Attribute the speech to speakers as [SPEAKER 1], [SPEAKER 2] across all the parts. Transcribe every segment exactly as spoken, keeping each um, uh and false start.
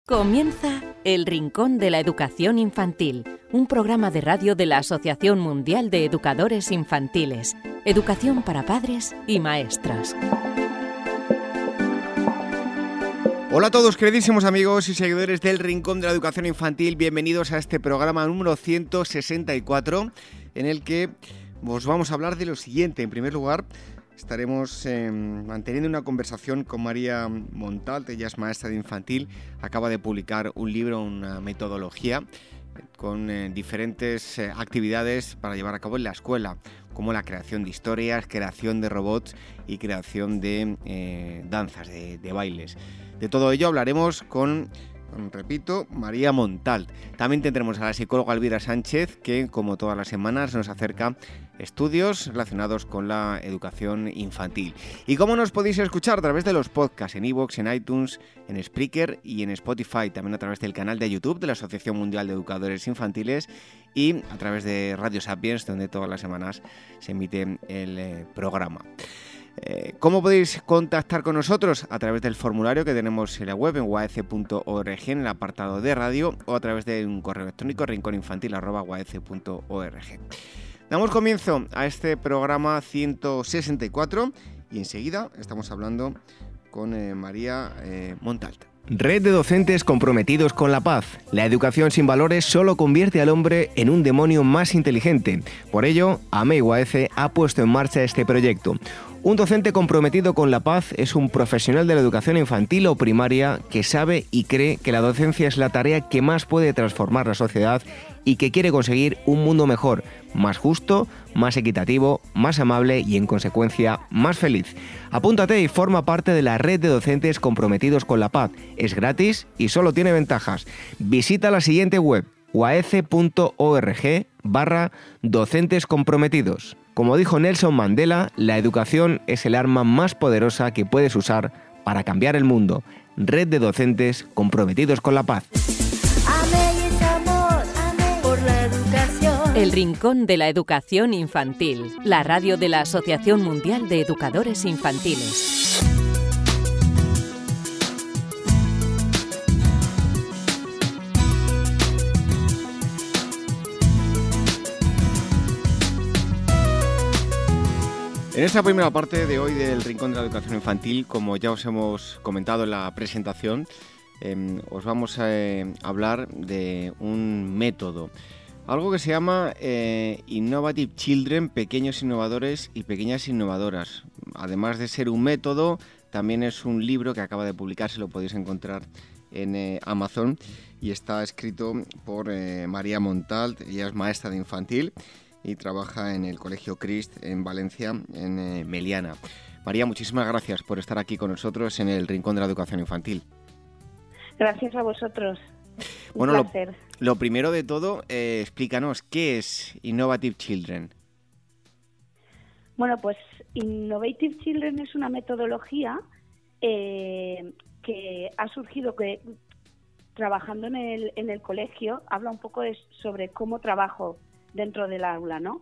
[SPEAKER 1] Comienza El Rincón de la Educación Infantil, un programa de radio de la Asociación Mundial de Educadores Infantiles. Educación para padres y maestros.
[SPEAKER 2] Hola a todos, queridísimos amigos y seguidores del Rincón de la Educación Infantil. Bienvenidos a este programa número ciento sesenta y cuatro, en el que os vamos a hablar de lo siguiente. En primer lugar, estaremos eh, manteniendo una conversación con María Montalt. Ella es maestra de infantil, acaba de publicar un libro, una metodología con eh, diferentes eh, actividades para llevar a cabo en la escuela, como la creación de historias, creación de robots y creación de eh, danzas, de, de bailes. De todo ello hablaremos con, con, repito, María Montalt. También tendremos a la psicóloga Elvira Sánchez, que como todas las semanas nos acerca estudios relacionados con la educación infantil. Y cómo nos podéis escuchar a través de los podcasts en iVoox, en iTunes, en Spreaker y en Spotify, también a través del canal de YouTube de la Asociación Mundial de Educadores Infantiles y a través de Radio Sapiens, donde todas las semanas se emite el eh, programa. Eh, ¿Cómo podéis contactar con nosotros? A través del formulario que tenemos en la web, en u a e ce punto org, en el apartado de radio, o a través de un correo electrónico, rincóninfantil arroba u a e ce punto org. Damos comienzo a este programa ciento sesenta y cuatro y enseguida estamos hablando con eh, María eh, Montalt.
[SPEAKER 3] Red de docentes comprometidos con la paz. La educación sin valores solo convierte al hombre en un demonio más inteligente. Por ello, A M E U A E C E ha puesto en marcha este proyecto. Un docente comprometido con la paz es un profesional de la educación infantil o primaria que sabe y cree que la docencia es la tarea que más puede transformar la sociedad y que quiere conseguir un mundo mejor, más justo, más equitativo, más amable y, en consecuencia, más feliz. Apúntate y forma parte de la red de docentes comprometidos con la paz. Es gratis y solo tiene ventajas. Visita la siguiente web, u a e ce punto org barra docentes comprometidos. Como dijo Nelson Mandela, la educación es el arma más poderosa que puedes usar para cambiar el mundo. Red de docentes comprometidos con la paz.
[SPEAKER 1] El Rincón de la Educación Infantil, la radio de la Asociación Mundial de Educadores Infantiles.
[SPEAKER 2] En esta primera parte de hoy del Rincón de la Educación Infantil, como ya os hemos comentado en la presentación, eh, os vamos a eh, hablar de un método. Algo que se llama eh, Innovative Children, pequeños innovadores y pequeñas innovadoras. Además de ser un método, también es un libro que acaba de publicarse, lo podéis encontrar en eh, Amazon, y está escrito por eh, María Montalt. Ella es maestra de infantil y trabaja en el Colegio Crist en Valencia, en eh, Meliana. María, muchísimas gracias por estar aquí con nosotros en el Rincón de la Educación Infantil.
[SPEAKER 4] Gracias a vosotros. Un
[SPEAKER 2] bueno,
[SPEAKER 4] placer.
[SPEAKER 2] Lo, lo primero de todo, eh, explícanos, ¿qué es Innovative Children?
[SPEAKER 4] Bueno, pues Innovative Children es una metodología eh, que ha surgido que trabajando en el, en el colegio, habla un poco de, sobre cómo trabajo dentro del aula, ¿no?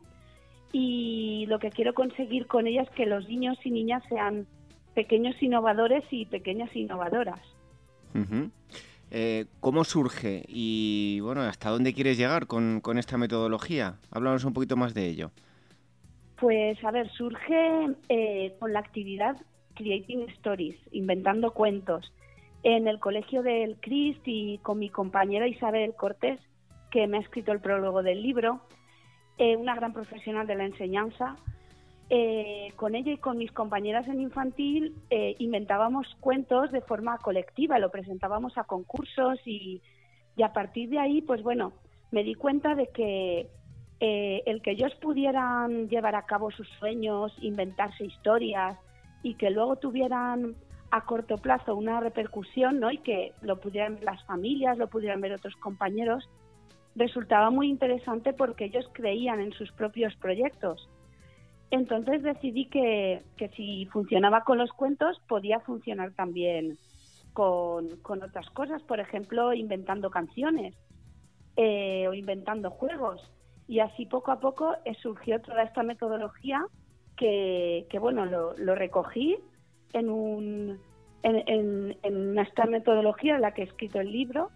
[SPEAKER 4] Y lo que quiero conseguir con ella es que los niños y niñas sean pequeños innovadores y pequeñas innovadoras.
[SPEAKER 2] Uh-huh. Eh, ¿Cómo surge y bueno, hasta dónde quieres llegar con, con esta metodología? Háblanos un poquito más de ello.
[SPEAKER 4] Pues a ver, surge eh, con la actividad Creating Stories, inventando cuentos, en el colegio del Crist y con mi compañera Isabel Cortés, que me ha escrito el prólogo del libro, eh, una gran profesional de la enseñanza. Eh, con ella y con mis compañeras en infantil eh, inventábamos cuentos de forma colectiva, lo presentábamos a concursos y, y a partir de ahí, pues bueno, me di cuenta de que eh, el que ellos pudieran llevar a cabo sus sueños, inventarse historias y que luego tuvieran a corto plazo una repercusión, ¿no? Y que lo pudieran ver las familias, lo pudieran ver otros compañeros, resultaba muy interesante porque ellos creían en sus propios proyectos. Entonces decidí que, que si funcionaba con los cuentos, podía funcionar también con, con otras cosas, por ejemplo, inventando canciones eh, o inventando juegos. Y así poco a poco eh, surgió toda esta metodología que, que bueno, lo, lo recogí en un, en, en, en esta metodología en la que he escrito el libro.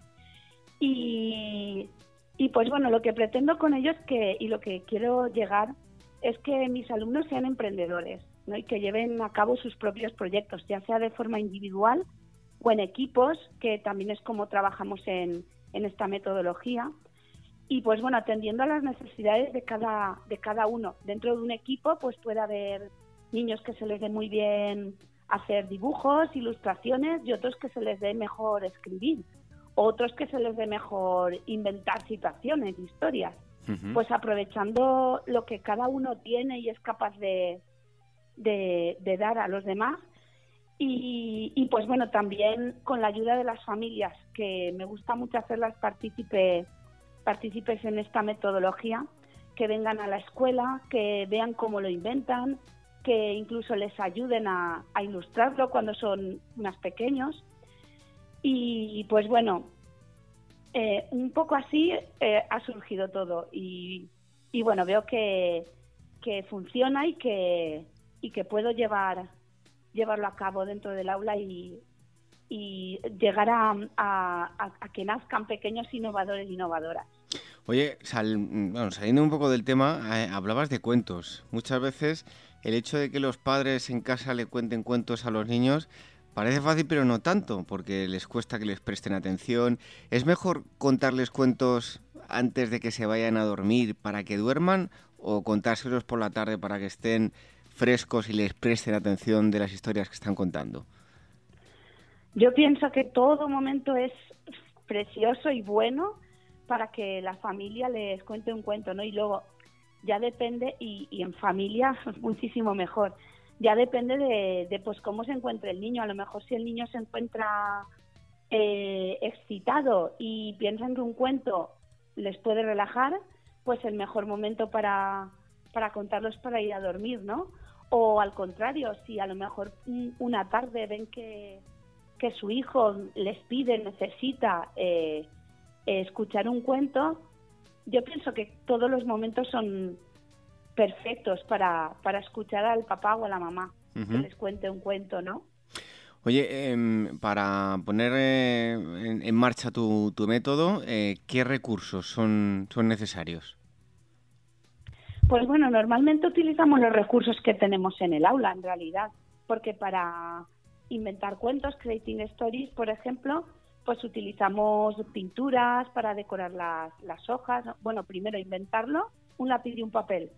[SPEAKER 4] Y, y pues bueno, lo que pretendo con ellos que, y lo que quiero llegar es que mis alumnos sean emprendedores, ¿no? Y que lleven a cabo sus propios proyectos, ya sea de forma individual o en equipos, que también es como trabajamos en, en esta metodología. Y pues bueno, atendiendo a las necesidades de cada, de cada uno. Dentro de un equipo pues puede haber niños que se les dé muy bien hacer dibujos, ilustraciones, y otros que se les dé mejor escribir, otros que se les dé mejor inventar situaciones, historias. Uh-huh. Pues aprovechando lo que cada uno tiene y es capaz de, de, de dar a los demás. Y, y pues bueno, también con la ayuda de las familias, que me gusta mucho hacerlas partícipe, partícipes en esta metodología, que vengan a la escuela, que vean cómo lo inventan, que incluso les ayuden a, a ilustrarlo cuando son más pequeños. Y pues bueno, eh, un poco así eh, ha surgido todo. Y, y bueno, veo que, que funciona y que, y que puedo llevar... llevarlo a cabo dentro del aula y, y llegar a, a, a que nazcan pequeños innovadores e innovadoras.
[SPEAKER 2] Oye, sal, bueno, saliendo un poco del tema, eh, hablabas de cuentos. Muchas veces el hecho de que los padres en casa le cuenten cuentos a los niños parece fácil, pero no tanto, porque les cuesta que les presten atención. ¿Es mejor contarles cuentos antes de que se vayan a dormir para que duerman o contárselos por la tarde para que estén frescos y les presten atención de las historias que están contando?
[SPEAKER 4] Yo pienso que todo momento es precioso y bueno para que la familia les cuente un cuento, ¿no? Y luego ya depende, y, y en familia muchísimo mejor, ya depende de, de pues cómo se encuentre el niño. A lo mejor si el niño se encuentra eh, excitado y piensan que un cuento les puede relajar, pues el mejor momento para, para contarlos para ir a dormir, ¿no? O al contrario, si a lo mejor una tarde ven que, que su hijo les pide, necesita eh, escuchar un cuento, yo pienso que todos los momentos son perfectos para, para escuchar al papá o a la mamá, uh-huh, que les cuente un cuento, ¿no?
[SPEAKER 2] Oye, eh, para poner eh, en, en marcha tu, tu método, eh, ¿qué recursos son, son necesarios?
[SPEAKER 4] Pues bueno, normalmente utilizamos los recursos que tenemos en el aula, en realidad, porque para inventar cuentos, Creating Stories, por ejemplo, pues utilizamos pinturas para decorar las, las hojas. Bueno, primero inventarlo, un lápiz y un papel.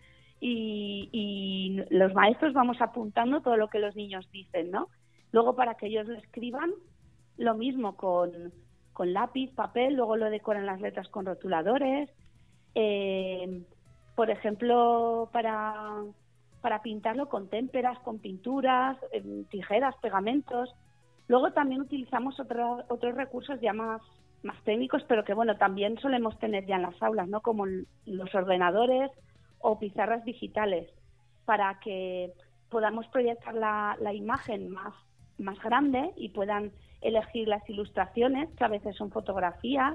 [SPEAKER 4] Y, y los maestros vamos apuntando todo lo que los niños dicen, ¿no? Luego, para que ellos lo escriban, lo mismo con, con lápiz, papel, luego lo decoran las letras con rotuladores. Eh, por ejemplo, para, para pintarlo con témperas, con pinturas, eh, tijeras, pegamentos. Luego también utilizamos otro, otros recursos ya más, más técnicos, pero que bueno, también solemos tener ya en las aulas, ¿no? Como los ordenadores o pizarras digitales, para que podamos proyectar la, la imagen más, más grande y puedan elegir las ilustraciones, que a veces son fotografías,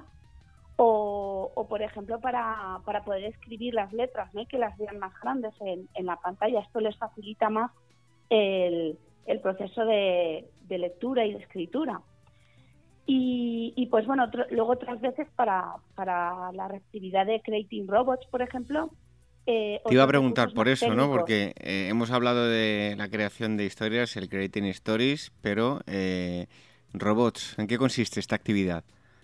[SPEAKER 4] o, o por ejemplo, para, para poder escribir las letras, ¿no? Y que las vean más grandes en, en la pantalla. Esto les facilita más el, el proceso de, de lectura y de escritura. Y, y pues bueno, otro, luego otras veces para, para la actividad de Creating Robots, por ejemplo.
[SPEAKER 2] Eh, Te iba a preguntar por eso, técnicos. ¿no? Porque eh, hemos hablado de la creación de historias, el Creating Stories, pero eh, robots, ¿en qué consiste esta actividad?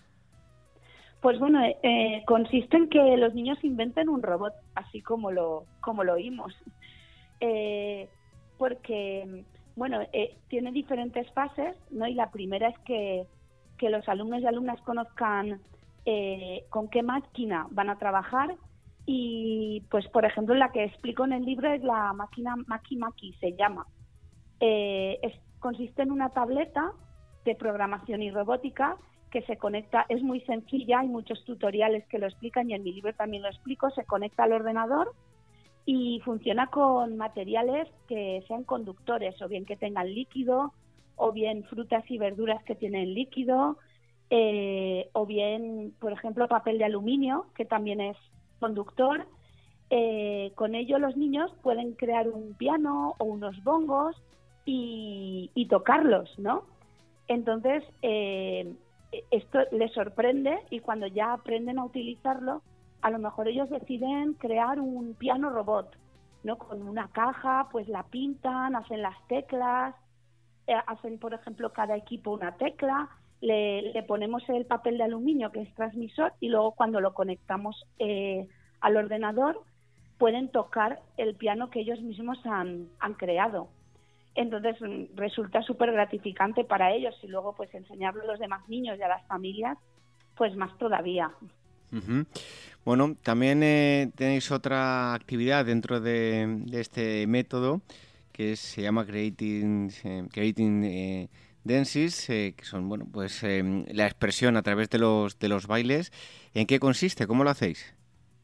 [SPEAKER 4] Pues bueno, eh, consiste en que los niños inventen un robot, así como lo, como lo oímos. Eh, porque, bueno, eh, tiene diferentes fases, ¿no? Y la primera es que, que los alumnos y alumnas conozcan eh, con qué máquina van a trabajar. Y, pues, por ejemplo, la que explico en el libro es la máquina Maki Maki, se llama. Eh, es, consiste en una tableta de programación y robótica que se conecta, es muy sencilla, hay muchos tutoriales que lo explican y en mi libro también lo explico. Se conecta al ordenador y funciona con materiales que sean conductores, o bien que tengan líquido, o bien frutas y verduras que tienen líquido, eh, o bien, por ejemplo, papel de aluminio, que también es conductor. Eh, con ello los niños pueden crear un piano o unos bongos, y, y tocarlos, ¿no? Entonces, eh, esto les sorprende y cuando ya aprenden a utilizarlo, a lo mejor ellos deciden crear un piano robot, ¿no? Con una caja, pues la pintan, hacen las teclas, eh, hacen, por ejemplo, cada equipo una tecla, le, le ponemos el papel de aluminio que es transmisor y luego cuando lo conectamos eh, al ordenador pueden tocar el piano que ellos mismos han, han creado. Entonces resulta súper gratificante para ellos y luego pues enseñarlo a los demás niños y a las familias, pues más todavía.
[SPEAKER 2] Uh-huh. Bueno, también eh, tenéis otra actividad dentro de, de este método que se llama Creating, eh, creating eh, Dances, eh, que son bueno pues eh, la expresión a través de los de los bailes. ¿En qué consiste? ¿Cómo lo hacéis?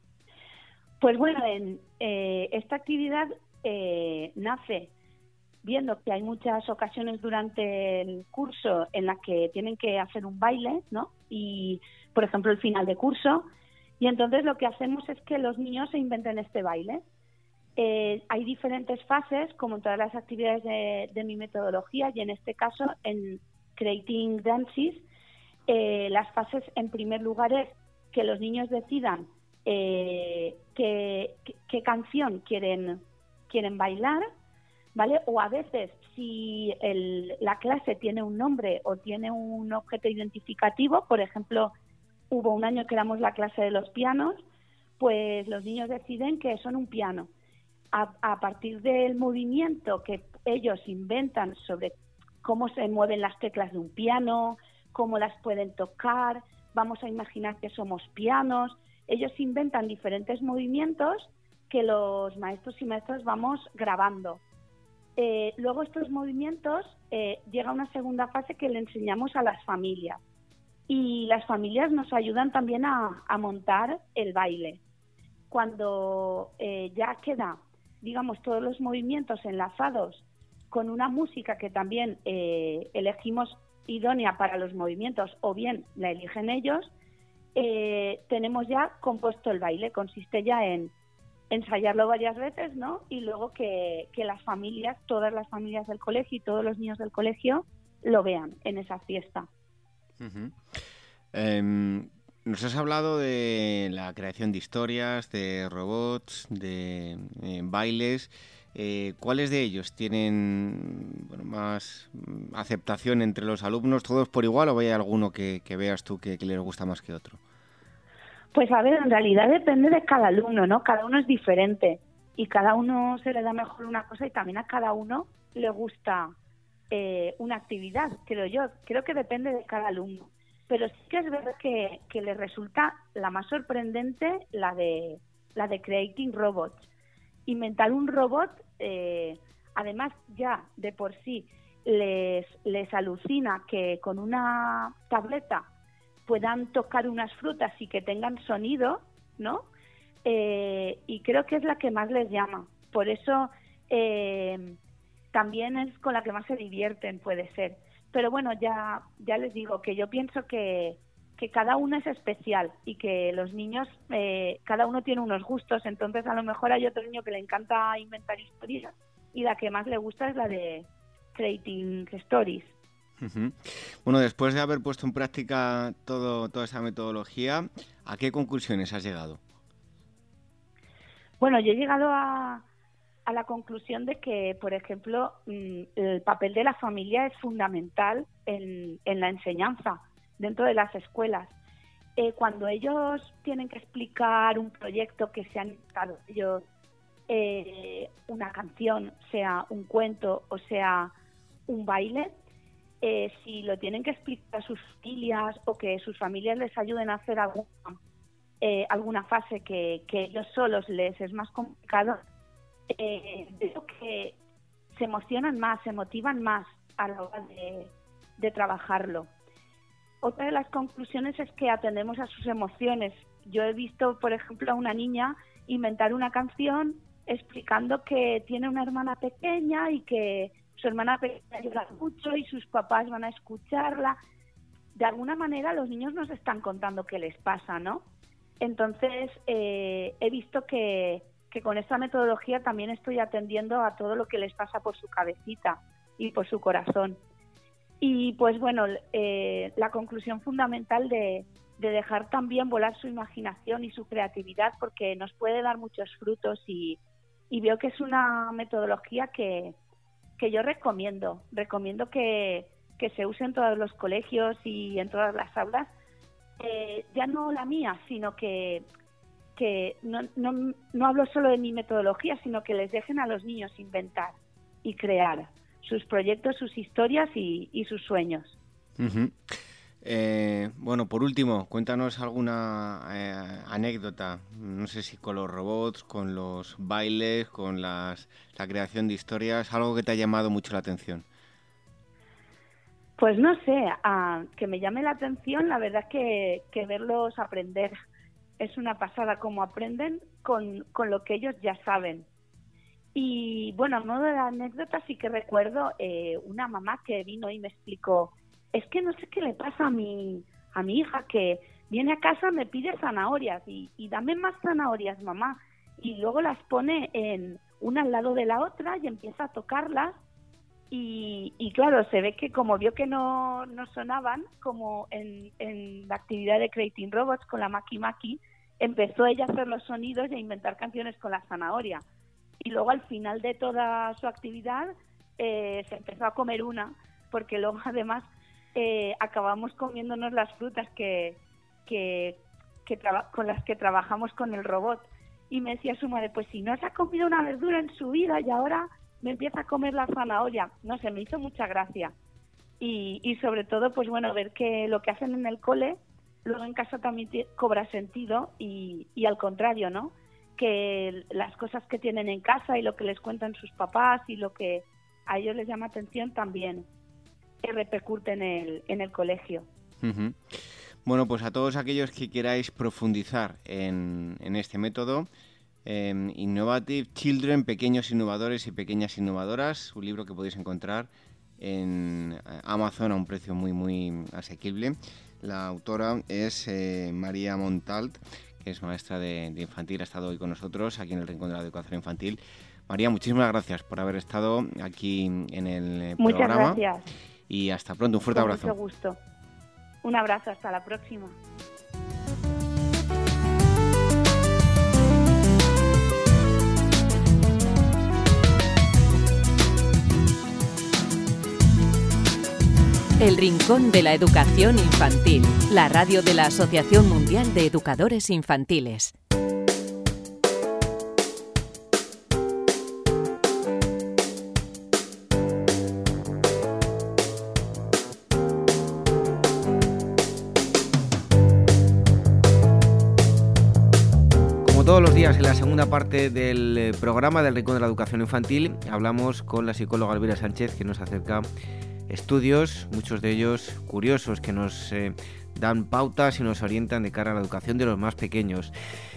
[SPEAKER 4] Pues bueno, en, eh, esta actividad eh, nace viendo que hay muchas ocasiones durante el curso en las que tienen que hacer un baile, ¿no? Y, por ejemplo, el final de curso. Y entonces lo que hacemos es que los niños se inventen este baile. Eh, hay diferentes fases, como en todas las actividades de, de mi metodología, y en este caso, en Creating Dances, eh, las fases, en primer lugar, es que los niños decidan eh, qué, qué, qué canción quieren, quieren bailar, ¿vale? O a veces, si el, la clase tiene un nombre o tiene un objeto identificativo, por ejemplo, hubo un año que éramos la clase de los pianos, pues los niños deciden que son un piano. A, a partir del movimiento que ellos inventan sobre cómo se mueven las teclas de un piano, cómo las pueden tocar, vamos a imaginar que somos pianos, ellos inventan diferentes movimientos que los maestros y maestras vamos grabando. Eh, luego estos movimientos eh, llega a una segunda fase que le enseñamos a las familias y las familias nos ayudan también a, a montar el baile. Cuando eh, ya queda, digamos, todos los movimientos enlazados con una música que también eh, elegimos idónea para los movimientos o bien la eligen ellos, eh, tenemos ya compuesto el baile. Consiste ya en ensayarlo varias veces, ¿no? Y luego que, que las familias, todas las familias del colegio y todos los niños del colegio lo vean en esa fiesta.
[SPEAKER 2] Uh-huh. Eh, nos has hablado de la creación de historias, de robots, de eh, bailes. Eh, ¿Cuáles de ellos tienen bueno, más aceptación entre los alumnos? ¿Todos por igual o hay alguno que, que veas tú que, que les gusta más que otro?
[SPEAKER 4] Pues a ver, en realidad depende de cada alumno, ¿no? Cada uno es diferente y cada uno se le da mejor una cosa y también a cada uno le gusta eh, una actividad, creo yo. Creo que depende de cada alumno. Pero sí que es verdad que, que les resulta la más sorprendente la de la de Creating Robots. Inventar un robot, eh, además ya de por sí les, les alucina que con una tableta puedan tocar unas frutas y que tengan sonido, ¿no? Eh, y creo que es la que más les llama. Por eso eh, también es con la que más se divierten, puede ser. Pero bueno, ya, ya les digo que yo pienso que, que cada uno es especial y que los niños, eh, cada uno tiene unos gustos. Entonces a lo mejor hay otro niño que le encanta inventar historias y la que más le gusta es la de Creating Stories.
[SPEAKER 2] Uh-huh. Bueno, después de haber puesto en práctica todo, toda esa metodología, ¿a qué conclusiones has llegado?
[SPEAKER 4] Bueno, yo he llegado a, a la conclusión de que, por ejemplo, el papel de la familia es fundamental en, en la enseñanza dentro de las escuelas. Eh, cuando ellos tienen que explicar un proyecto que se han inventado ellos, eh, una canción, sea un cuento o sea un baile, Eh, si lo tienen que explicar a sus familias o que sus familias les ayuden a hacer alguna, eh, alguna fase que, que ellos solos les es más complicado, eh, veo que se emocionan más, se motivan más a la hora de, de trabajarlo. Otra de las conclusiones es que atendemos a sus emociones. Yo he visto, por ejemplo, a una niña inventar una canción explicando que tiene una hermana pequeña y que su hermana pequeña llora mucho y sus papás van a escucharla. De alguna manera los niños nos están contando qué les pasa, ¿no? Entonces eh, he visto que, que con esta metodología también estoy atendiendo a todo lo que les pasa por su cabecita. y por su corazón. Y pues bueno, eh, la conclusión fundamental de, de dejar también volar su imaginación y su creatividad, porque nos puede dar muchos frutos, y, y veo que es una metodología que, que yo recomiendo. Recomiendo que, que se use en todos los colegios y en todas las aulas, eh, ya no la mía, sino que, que no, no, no hablo solo de mi metodología, sino que les dejen a los niños inventar y crear sus proyectos, sus historias y, y sus sueños.
[SPEAKER 2] Uh-huh. Eh, bueno, por último, cuéntanos alguna eh, anécdota, no sé si con los robots, con los bailes, con las, la creación de historias, algo que te ha llamado mucho la atención.
[SPEAKER 4] Pues no sé, a, que me llame la atención, la verdad que, que verlos aprender es una pasada, como aprenden con, con lo que ellos ya saben. Y bueno, a modo de anécdota sí que recuerdo eh, una mamá que vino y me explicó, es que no sé qué le pasa a mi, a mi hija, que viene a casa, me pide zanahorias y, y dame más zanahorias, mamá. Y luego las pone en una al lado de la otra y empieza a tocarlas. Y, y claro, se ve que como vio que no, no sonaban, como en, en la actividad de Creating Robots con la Maki Maki, empezó ella a hacer los sonidos y a inventar canciones con la zanahoria. Y luego al final de toda su actividad eh, se empezó a comer una, porque luego además eh, acabamos comiéndonos las frutas que, que, que traba- con las que trabajamos con el robot. Y me decía su madre, pues si no se ha comido una verdura en su vida y ahora me empieza a comer la zanahoria. No sé, me hizo mucha gracia. Y, y sobre todo, pues bueno, ver que lo que hacen en el cole, luego en casa también t- cobra sentido y, y al contrario, ¿no? Que las cosas que tienen en casa y lo que les cuentan sus papás y lo que a ellos les llama atención también que repercute en el, en el colegio.
[SPEAKER 2] Uh-huh. Bueno, pues a todos aquellos que queráis profundizar en, en este método, eh, Innovative Children, Pequeños Innovadores y Pequeñas Innovadoras, un libro que podéis encontrar en Amazon a un precio muy, muy asequible. La autora es eh, María Montalt, que es maestra de, de infantil, ha estado hoy con nosotros aquí en el Rincón de la Educación Infantil. María, muchísimas gracias por haber estado aquí en el
[SPEAKER 4] Muchas
[SPEAKER 2] programa.
[SPEAKER 4] Muchas gracias.
[SPEAKER 2] Y hasta pronto, un fuerte
[SPEAKER 4] Con
[SPEAKER 2] abrazo.
[SPEAKER 4] Mucho gusto. Un abrazo, hasta la próxima.
[SPEAKER 1] El Rincón de la Educación Infantil, la radio de la Asociación Mundial de Educadores Infantiles.
[SPEAKER 3] Todos los días en la segunda parte del programa del Rincón de la Educación Infantil hablamos con la psicóloga Elvira Sánchez, que nos acerca estudios, muchos de ellos curiosos, que nos eh, dan pautas y nos orientan de cara a la educación de los más pequeños.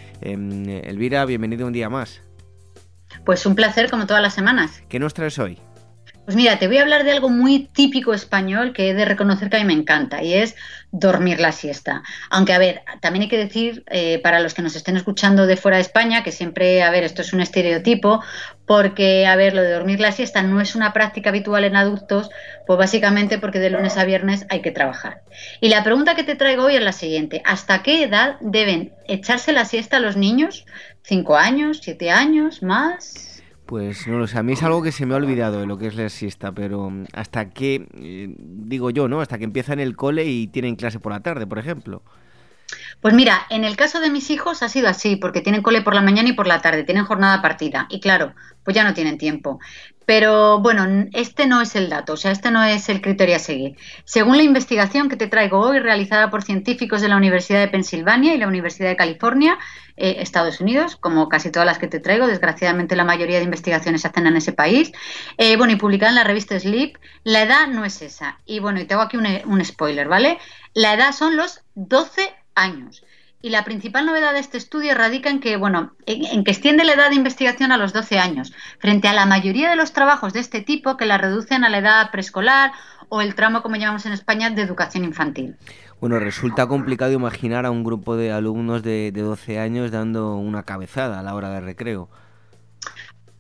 [SPEAKER 3] Eh, Elvira, bienvenido un día más.
[SPEAKER 5] Pues un placer, como todas las semanas.
[SPEAKER 3] ¿Qué nos traes hoy?
[SPEAKER 5] Pues mira, te voy a hablar de algo muy típico español que he de reconocer que a mí me encanta, y es dormir la siesta. Aunque, a ver, también hay que decir, eh, para los que nos estén escuchando de fuera de España, que siempre, a ver, esto es un estereotipo, porque, a ver, lo de dormir la siesta no es una práctica habitual en adultos, pues básicamente porque de lunes a viernes hay que trabajar. Y la pregunta que te traigo hoy es la siguiente: ¿hasta qué edad deben echarse la siesta los niños? ¿Cinco años? ¿Siete años? ¿Más?
[SPEAKER 3] Pues no lo sé, a mí es algo que se me ha olvidado de lo que es la siesta, pero hasta que, eh, digo yo, ¿no? Hasta que empiezan el cole y tienen clase por la tarde, por ejemplo.
[SPEAKER 5] Pues mira, en el caso de mis hijos ha sido así, porque tienen cole por la mañana y por la tarde, tienen jornada partida, y claro, pues ya no tienen tiempo. Pero bueno, este no es el dato, o sea, este no es el criterio a seguir. Según la investigación que te traigo hoy, realizada por científicos de la Universidad de Pensilvania y la Universidad de California, eh, Estados Unidos, como casi todas las que te traigo, desgraciadamente la mayoría de investigaciones se hacen en ese país, eh, bueno, y publicada en la revista Sleep, la edad no es esa. Y bueno, y tengo aquí un, un spoiler, ¿vale? La edad son los doce años. Y la principal novedad de este estudio radica en que, bueno, en, en que extiende la edad de investigación a los doce años, frente a la mayoría de los trabajos de este tipo que la reducen a la edad preescolar o el tramo, como llamamos en España, de educación infantil.
[SPEAKER 3] Bueno, resulta complicado imaginar a un grupo de alumnos de, de doce años dando una cabezada a la hora de recreo.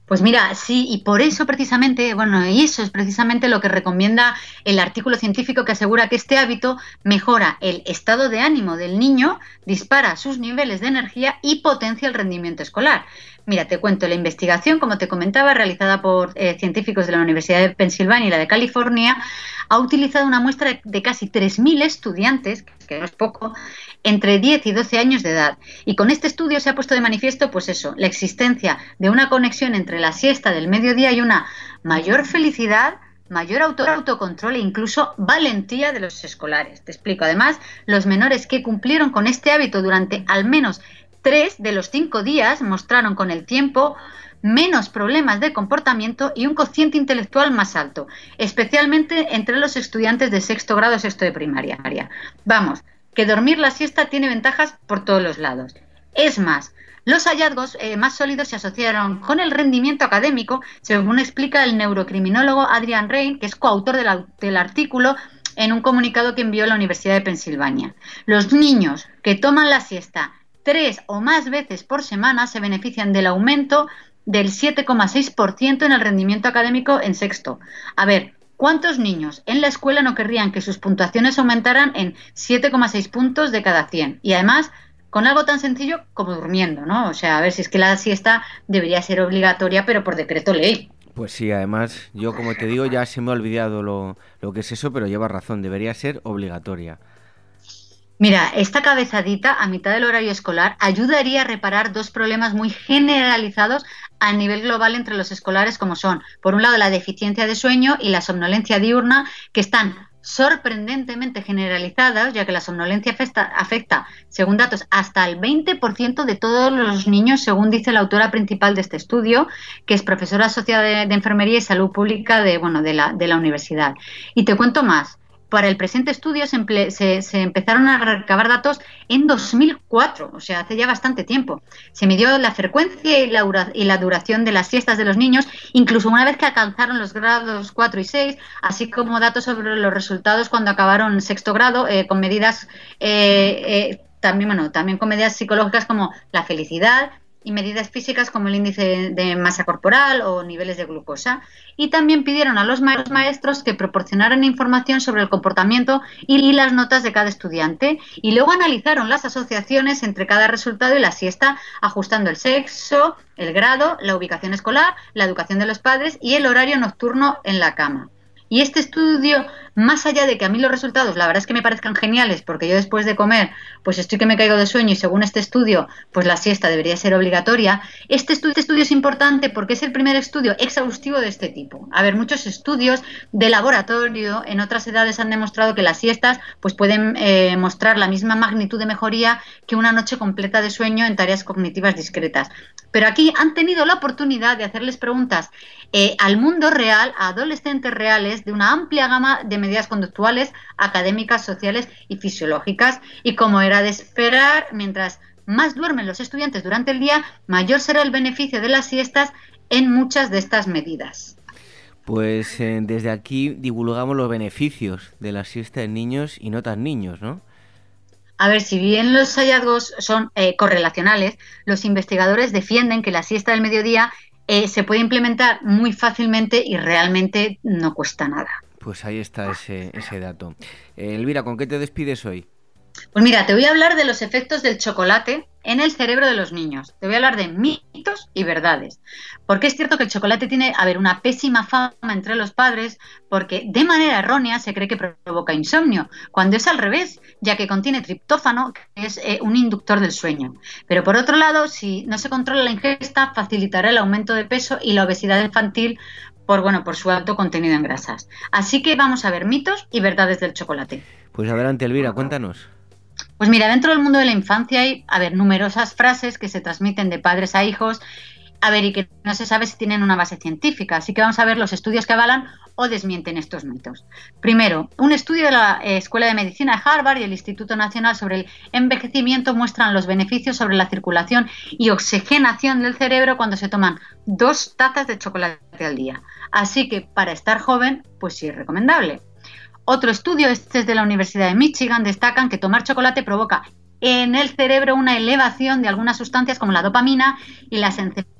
[SPEAKER 5] Pues mira, sí, y por eso precisamente, bueno, y eso es precisamente lo que recomienda el artículo científico que asegura que este hábito mejora el estado de ánimo del niño, dispara sus niveles de energía y potencia el rendimiento escolar. Mira, te cuento, la investigación, como te comentaba, realizada por eh, científicos de la Universidad de Pensilvania y la de California, ha utilizado una muestra de, de casi tres mil estudiantes, que no es poco, entre diez y doce años de edad. Y con este estudio se ha puesto de manifiesto, pues eso, la existencia de una conexión entre la siesta del mediodía y una mayor felicidad, mayor auto autocontrol e incluso valentía de los escolares. Te explico. Además, los menores que cumplieron con este hábito durante al menos tres de los cinco días mostraron con el tiempo menos problemas de comportamiento y un cociente intelectual más alto, especialmente entre los estudiantes de sexto grado o sexto de primaria. Vamos, que dormir la siesta tiene ventajas por todos los lados. Es más, los hallazgos eh, más sólidos se asociaron con el rendimiento académico, según explica el neurocriminólogo Adrian Rain, que es coautor de la, del artículo en un comunicado que envió la Universidad de Pensilvania. Los niños que toman la siesta tres o más veces por semana se benefician del aumento del siete coma seis por ciento en el rendimiento académico en sexto. A ver, ¿cuántos niños en la escuela no querrían que sus puntuaciones aumentaran en siete coma seis puntos de cada cien? Y además, con algo tan sencillo como durmiendo, ¿no? O sea, a ver, si es que la siesta debería ser obligatoria, pero por decreto ley.
[SPEAKER 2] Pues sí, además, yo como te digo, ya se me ha olvidado lo, lo que es eso, pero lleva razón, debería ser obligatoria.
[SPEAKER 5] Mira, esta cabezadita a mitad del horario escolar ayudaría a reparar dos problemas muy generalizados a nivel global entre los escolares, como son, por un lado, la deficiencia de sueño y la somnolencia diurna, que están sorprendentemente generalizadas, ya que la somnolencia afecta, afecta, según datos, hasta el veinte por ciento de todos los niños, según dice la autora principal de este estudio, que es profesora asociada de, de Enfermería y Salud Pública de, bueno, de, la, de la universidad. Y te cuento más. Para el presente estudio se, emple se, se empezaron a recabar datos en dos mil cuatro, o sea, hace ya bastante tiempo. Se midió la frecuencia y la, y la duración de las siestas de los niños, incluso una vez que alcanzaron los grados cuatro y seis, así como datos sobre los resultados cuando acabaron sexto grado, eh, con medidas eh, eh, también, bueno, también con medidas psicológicas como la felicidad, y medidas físicas como el índice de masa corporal o niveles de glucosa. Y también pidieron a los maestros que proporcionaran información sobre el comportamiento y las notas de cada estudiante, y luego analizaron las asociaciones entre cada resultado y la siesta, ajustando el sexo, el grado, la ubicación escolar, la educación de los padres y el horario nocturno en la cama. Y este estudio, más allá de que a mí los resultados la verdad es que me parezcan geniales, porque yo después de comer pues estoy que me caigo de sueño y según este estudio pues la siesta debería ser obligatoria, este estudio, este estudio es importante porque es el primer estudio exhaustivo de este tipo. A ver, muchos estudios de laboratorio en otras edades han demostrado que las siestas pues pueden eh, mostrar la misma magnitud de mejoría que una noche completa de sueño en tareas cognitivas discretas. Pero aquí han tenido la oportunidad de hacerles preguntas eh, al mundo real, a adolescentes reales, de una amplia gama de medidas conductuales, académicas, sociales y fisiológicas. Y como era de esperar, mientras más duermen los estudiantes durante el día, mayor será el beneficio de las siestas en muchas de estas medidas.
[SPEAKER 2] Pues eh, desde aquí divulgamos los beneficios de la siesta en niños y no tan niños, ¿no?
[SPEAKER 5] A ver, si bien los hallazgos son eh, correlacionales, los investigadores defienden que la siesta del mediodía eh, se puede implementar muy fácilmente y realmente no cuesta nada.
[SPEAKER 2] Pues ahí está ese, ese dato. Eh, Elvira, ¿con qué te despides hoy?
[SPEAKER 5] Pues mira, te voy a hablar de los efectos del chocolate en el cerebro de los niños. Te voy a hablar de mitos y verdades. Porque es cierto que el chocolate tiene, a ver, una pésima fama entre los padres porque de manera errónea se cree que provoca insomnio, cuando es al revés, ya que contiene triptófano, que es eh, un inductor del sueño. Pero por otro lado, si no se controla la ingesta, facilitará el aumento de peso y la obesidad infantil por, bueno, por su alto contenido en grasas. Así que vamos a ver mitos y verdades del chocolate.
[SPEAKER 2] Pues adelante, Elvira, cuéntanos.
[SPEAKER 5] Pues mira, dentro del mundo de la infancia hay, a ver, numerosas frases que se transmiten de padres a hijos, a ver, y que no se sabe si tienen una base científica. Así que vamos a ver los estudios que avalan o desmienten estos mitos. Primero, un estudio de la Escuela de Medicina de Harvard y el Instituto Nacional sobre el Envejecimiento muestran los beneficios sobre la circulación y oxigenación del cerebro cuando se toman dos tazas de chocolate al día. Así que para estar joven, pues sí es recomendable. Otro estudio, este es de la Universidad de Michigan, destacan que tomar chocolate provoca en el cerebro una elevación de algunas sustancias como la dopamina y las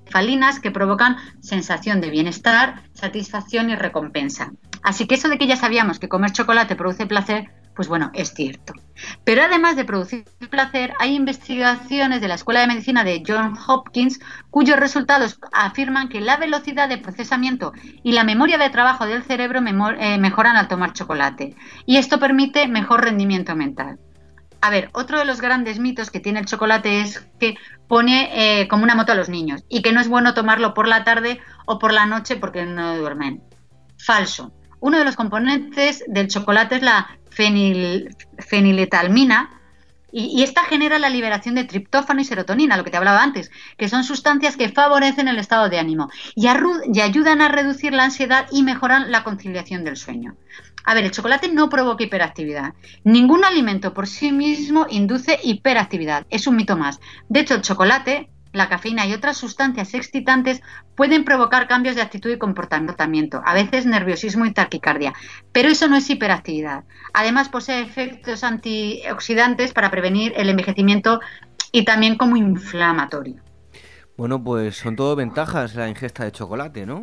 [SPEAKER 5] cefalinas que provocan sensación de bienestar, satisfacción y recompensa. Así que eso de que ya sabíamos que comer chocolate produce placer, pues bueno, es cierto. Pero además de producir placer, hay investigaciones de la Escuela de Medicina de Johns Hopkins cuyos resultados afirman que la velocidad de procesamiento y la memoria de trabajo del cerebro mejoran al tomar chocolate. Y esto permite mejor rendimiento mental. A ver, otro de los grandes mitos que tiene el chocolate es que pone eh, como una moto a los niños y que no es bueno tomarlo por la tarde o por la noche porque no duermen. Falso. Uno de los componentes del chocolate es la fenil, feniletalmina y, y esta genera la liberación de triptófano y serotonina, lo que te hablaba antes, que son sustancias que favorecen el estado de ánimo y, arru- y ayudan a reducir la ansiedad y mejoran la conciliación del sueño. A ver, el chocolate no provoca hiperactividad. Ningún alimento por sí mismo induce hiperactividad. Es un mito más. De hecho, el chocolate, la cafeína y otras sustancias excitantes pueden provocar cambios de actitud y comportamiento, a veces nerviosismo y taquicardia, pero eso no es hiperactividad. Además posee efectos antioxidantes para prevenir el envejecimiento y también como inflamatorio.
[SPEAKER 3] Bueno, pues son todo ventajas la ingesta de chocolate, ¿no?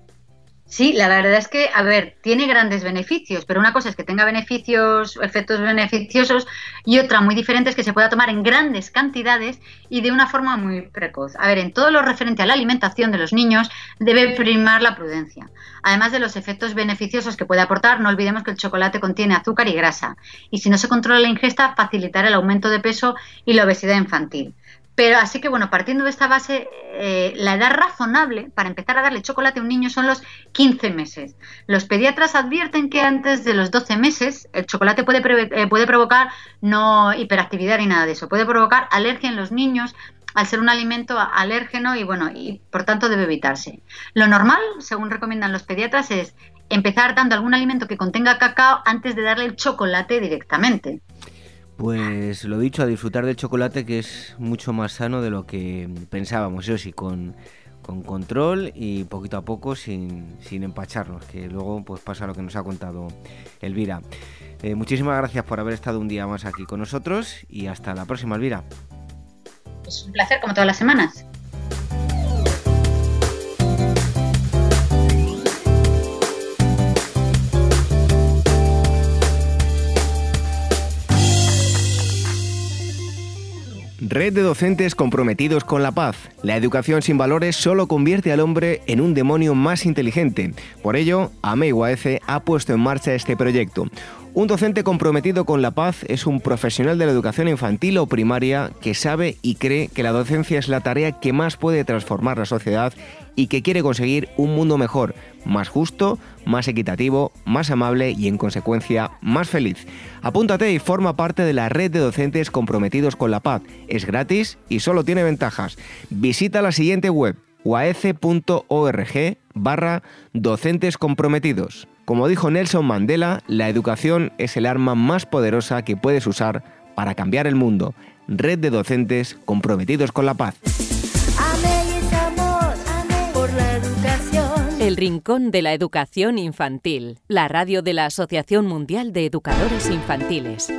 [SPEAKER 5] Sí, la verdad es que, a ver, tiene grandes beneficios, pero una cosa es que tenga beneficios, efectos beneficiosos, y otra muy diferente es que se pueda tomar en grandes cantidades y de una forma muy precoz. A ver, en todo lo referente a la alimentación de los niños debe primar la prudencia. Además de los efectos beneficiosos que puede aportar, no olvidemos que el chocolate contiene azúcar y grasa, y si no se controla la ingesta, facilitará el aumento de peso y la obesidad infantil. Pero así que, bueno, partiendo de esta base, eh, la edad razonable para empezar a darle chocolate a un niño son los quince meses. Los pediatras advierten que antes de los doce meses el chocolate puede, pre- eh, puede provocar no hiperactividad ni nada de eso, puede provocar alergia en los niños al ser un alimento alérgeno y, bueno, y por tanto debe evitarse. Lo normal, según recomiendan los pediatras, es empezar dando algún alimento que contenga cacao antes de darle el chocolate directamente.
[SPEAKER 3] Pues lo dicho, a disfrutar del chocolate, que es mucho más sano de lo que pensábamos, eso sí, con, con control y poquito a poco sin, sin empacharnos, que luego pues pasa lo que nos ha contado Elvira. Eh, muchísimas gracias por haber estado un día más aquí con nosotros y hasta la próxima, Elvira.
[SPEAKER 5] Es un placer, como todas las semanas.
[SPEAKER 3] Red de docentes comprometidos con la paz. La educación sin valores solo convierte al hombre en un demonio más inteligente. Por ello, AMEI U A E C ha puesto en marcha este proyecto. Un docente comprometido con la paz es un profesional de la educación infantil o primaria que sabe y cree que la docencia es la tarea que más puede transformar la sociedad y que quiere conseguir un mundo mejor, más justo, más equitativo, más amable y, en consecuencia, más feliz. Apúntate y forma parte de la red de docentes comprometidos con la paz. Es gratis y solo tiene ventajas. Visita la siguiente web, uaece.org barra docentes comprometidos. Como dijo Nelson Mandela, la educación es el arma más poderosa que puedes usar para cambiar el mundo. Red de docentes comprometidos con la paz.
[SPEAKER 1] El Rincón de la Educación Infantil, la radio de la Asociación Mundial de Educadores Infantiles.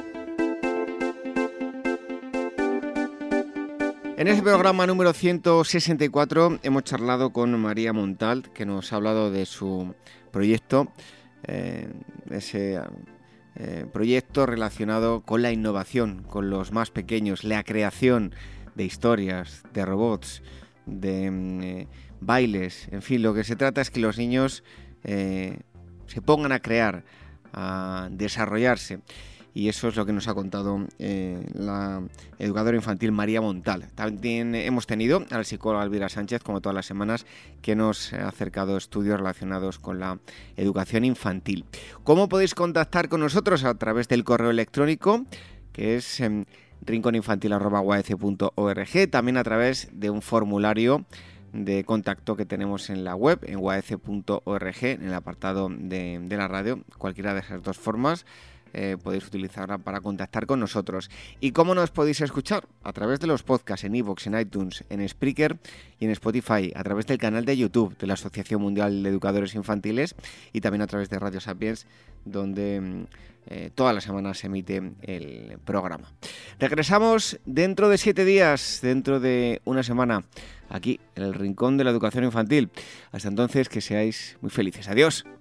[SPEAKER 2] En este programa número ciento sesenta y cuatro hemos charlado con María Montalt, que nos ha hablado de su proyecto, eh, ese eh, proyecto relacionado con la innovación, con los más pequeños, la creación de historias, de robots, de eh, bailes, en fin, lo que se trata es que los niños eh, se pongan a crear, a desarrollarse. Y eso es lo que nos ha contado eh, la educadora infantil María Montalt. También hemos tenido a la psicóloga Elvira Sánchez, como todas las semanas, que nos ha acercado estudios relacionados con la educación infantil. ¿Cómo podéis contactar con nosotros? A través del correo electrónico, que es eh, rinconinfantil arroba uaece punto org, también a través de un formulario de contacto que tenemos en la web, en uaece punto org, en el apartado de, de la radio. Cualquiera de esas dos formas eh, podéis utilizarla para contactar con nosotros. ¿Y cómo nos podéis escuchar? A través de los podcasts en iVoox, en iTunes, en Spreaker y en Spotify, a través del canal de YouTube de la Asociación Mundial de Educadores Infantiles y también a través de Radio Sapiens, donde eh, todas las semanas se emite el programa. Regresamos dentro de siete días, dentro de una semana, aquí en el Rincón de la Educación Infantil. Hasta entonces, que seáis muy felices. Adiós.